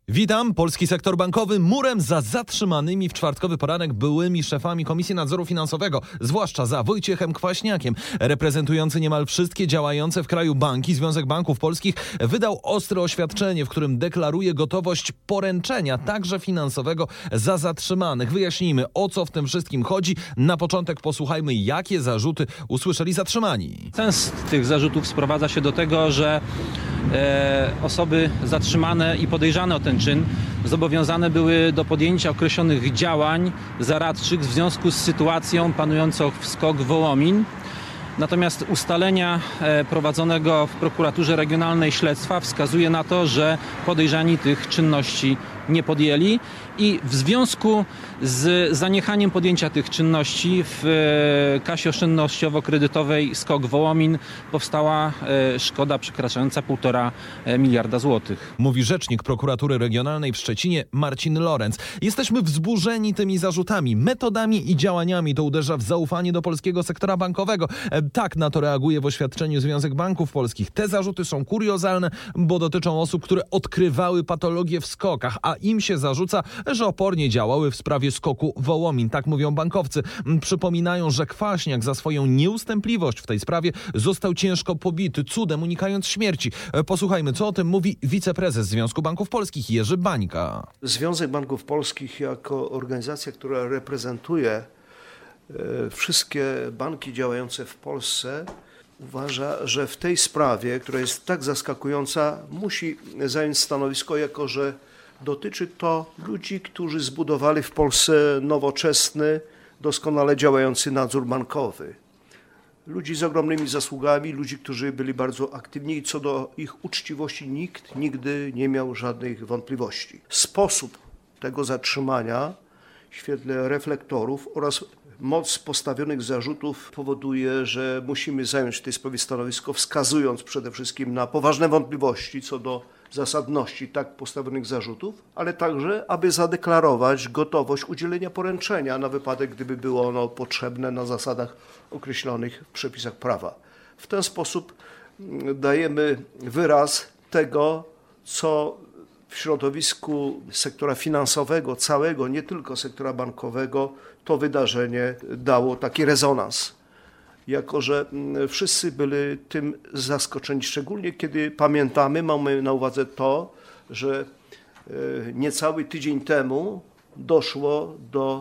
Witam. Polski sektor bankowy murem za zatrzymanymi w czwartkowy poranek byłymi szefami Komisji Nadzoru Finansowego, zwłaszcza za Wojciechem Kwaśniakiem. Reprezentujący niemal wszystkie działające w kraju banki, Związek Banków Polskich wydał ostre oświadczenie, w którym deklaruje gotowość poręczenia, także finansowego, za zatrzymanych. Wyjaśnijmy, o co w tym wszystkim chodzi. Na początek posłuchajmy, jakie zarzuty usłyszeli zatrzymani. Sens tych zarzutów sprowadza się do tego, że osoby zatrzymane i podejrzane o ten czyn zobowiązane były do podjęcia określonych działań zaradczych w związku z sytuacją panującą w SKOK Wołomin. Natomiast ustalenia prowadzonego w prokuraturze regionalnej śledztwa wskazuje na to, że podejrzani tych czynności nie podjęli i w związku z zaniechaniem podjęcia tych czynności w kasie oszczędnościowo-kredytowej SKOK Wołomin powstała szkoda przekraczająca 1,5 miliarda złotych. Mówi rzecznik prokuratury regionalnej w Szczecinie Marcin Lorenz. Jesteśmy wzburzeni tymi zarzutami, metodami i działaniami. To uderza w zaufanie do polskiego sektora bankowego. Tak na to reaguje w oświadczeniu Związek Banków Polskich. Te zarzuty są kuriozalne, bo dotyczą osób, które odkrywały patologie w SKOK-ach, a im się zarzuca, że opornie działały w sprawie SKOK-u Wołomin. Tak mówią bankowcy. Przypominają, że Kwaśniak za swoją nieustępliwość w tej sprawie został ciężko pobity, cudem unikając śmierci. Posłuchajmy, co o tym mówi wiceprezes Związku Banków Polskich Jerzy Bańka. Związek Banków Polskich jako organizacja, która reprezentuje wszystkie banki działające w Polsce, uważa, że w tej sprawie, która jest tak zaskakująca, musi zająć stanowisko, jako że dotyczy to ludzi, którzy zbudowali w Polsce nowoczesny, doskonale działający nadzór bankowy. Ludzi z ogromnymi zasługami, ludzi, którzy byli bardzo aktywni i co do ich uczciwości nikt nigdy nie miał żadnych wątpliwości. Sposób tego zatrzymania w świetle reflektorów oraz moc postawionych zarzutów powoduje, że musimy zająć w tej sprawie stanowisko, wskazując przede wszystkim na poważne wątpliwości co do zasadności tak postawionych zarzutów, ale także, aby zadeklarować gotowość udzielenia poręczenia na wypadek, gdyby było ono potrzebne na zasadach określonych w przepisach prawa. W ten sposób dajemy wyraz tego, co w środowisku sektora finansowego, całego, nie tylko sektora bankowego, to wydarzenie dało taki rezonans. Jako że wszyscy byli tym zaskoczeni, szczególnie kiedy pamiętamy, mamy na uwadze to, że niecały tydzień temu doszło do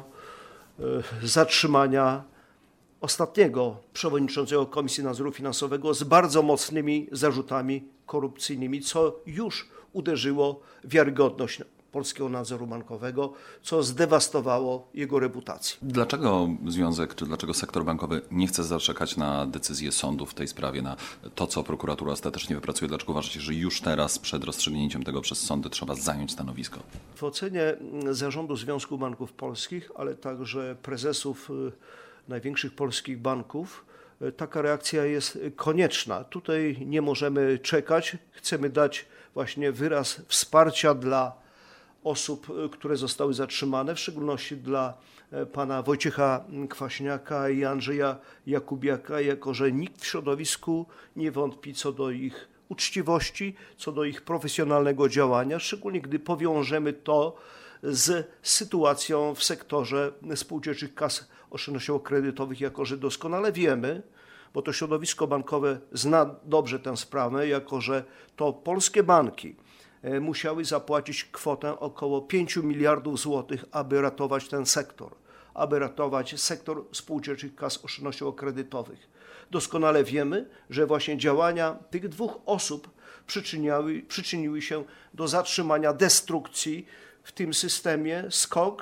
zatrzymania ostatniego przewodniczącego Komisji Nadzoru Finansowego z bardzo mocnymi zarzutami korupcyjnymi, co już uderzyło w wiarygodność polskiego nadzoru bankowego, co zdewastowało jego reputację. Dlaczego związek, czy dlaczego sektor bankowy nie chce zaczekać na decyzję sądu w tej sprawie, na to, co prokuratura ostatecznie wypracuje? Dlaczego uważacie, że już teraz, przed rozstrzygnięciem tego przez sądy, trzeba zająć stanowisko? W ocenie zarządu Związku Banków Polskich, ale także prezesów największych polskich banków, taka reakcja jest konieczna. Tutaj nie możemy czekać. Chcemy dać właśnie wyraz wsparcia dla osób, które zostały zatrzymane, w szczególności dla pana Wojciecha Kwaśniaka i Andrzeja Jakubiaka, jako że nikt w środowisku nie wątpi co do ich uczciwości, co do ich profesjonalnego działania, szczególnie gdy powiążemy to z sytuacją w sektorze spółdzielczych kas oszczędnościowo-kredytowych, jako że doskonale wiemy, bo to środowisko bankowe zna dobrze tę sprawę, jako że to polskie banki musiały zapłacić kwotę około 5 miliardów złotych, aby ratować ten sektor, aby ratować sektor spółdzielczych kas oszczędnościowo-kredytowych. Doskonale wiemy, że właśnie działania tych dwóch osób przyczyniły się do zatrzymania destrukcji w tym systemie SKOK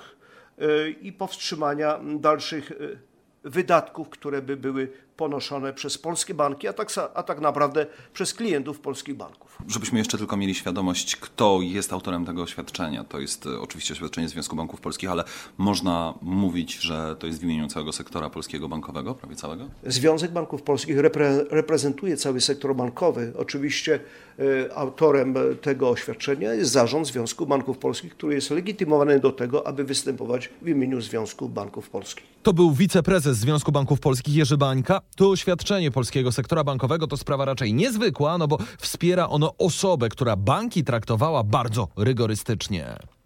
i powstrzymania dalszych wydatków, które by były ponoszone przez polskie banki, a tak naprawdę przez klientów polskich banków. Żebyśmy jeszcze tylko mieli świadomość, kto jest autorem tego oświadczenia. To jest oczywiście oświadczenie Związku Banków Polskich, ale można mówić, że to jest w imieniu całego sektora polskiego bankowego, prawie całego? Związek Banków Polskich reprezentuje cały sektor bankowy. Oczywiście autorem tego oświadczenia jest zarząd Związku Banków Polskich, który jest legitymowany do tego, aby występować w imieniu Związku Banków Polskich. To był wiceprezes Związku Banków Polskich Jerzy Bańka. To oświadczenie polskiego sektora bankowego to sprawa raczej niezwykła, no bo wspiera ono osobę, która banki traktowała bardzo rygorystycznie.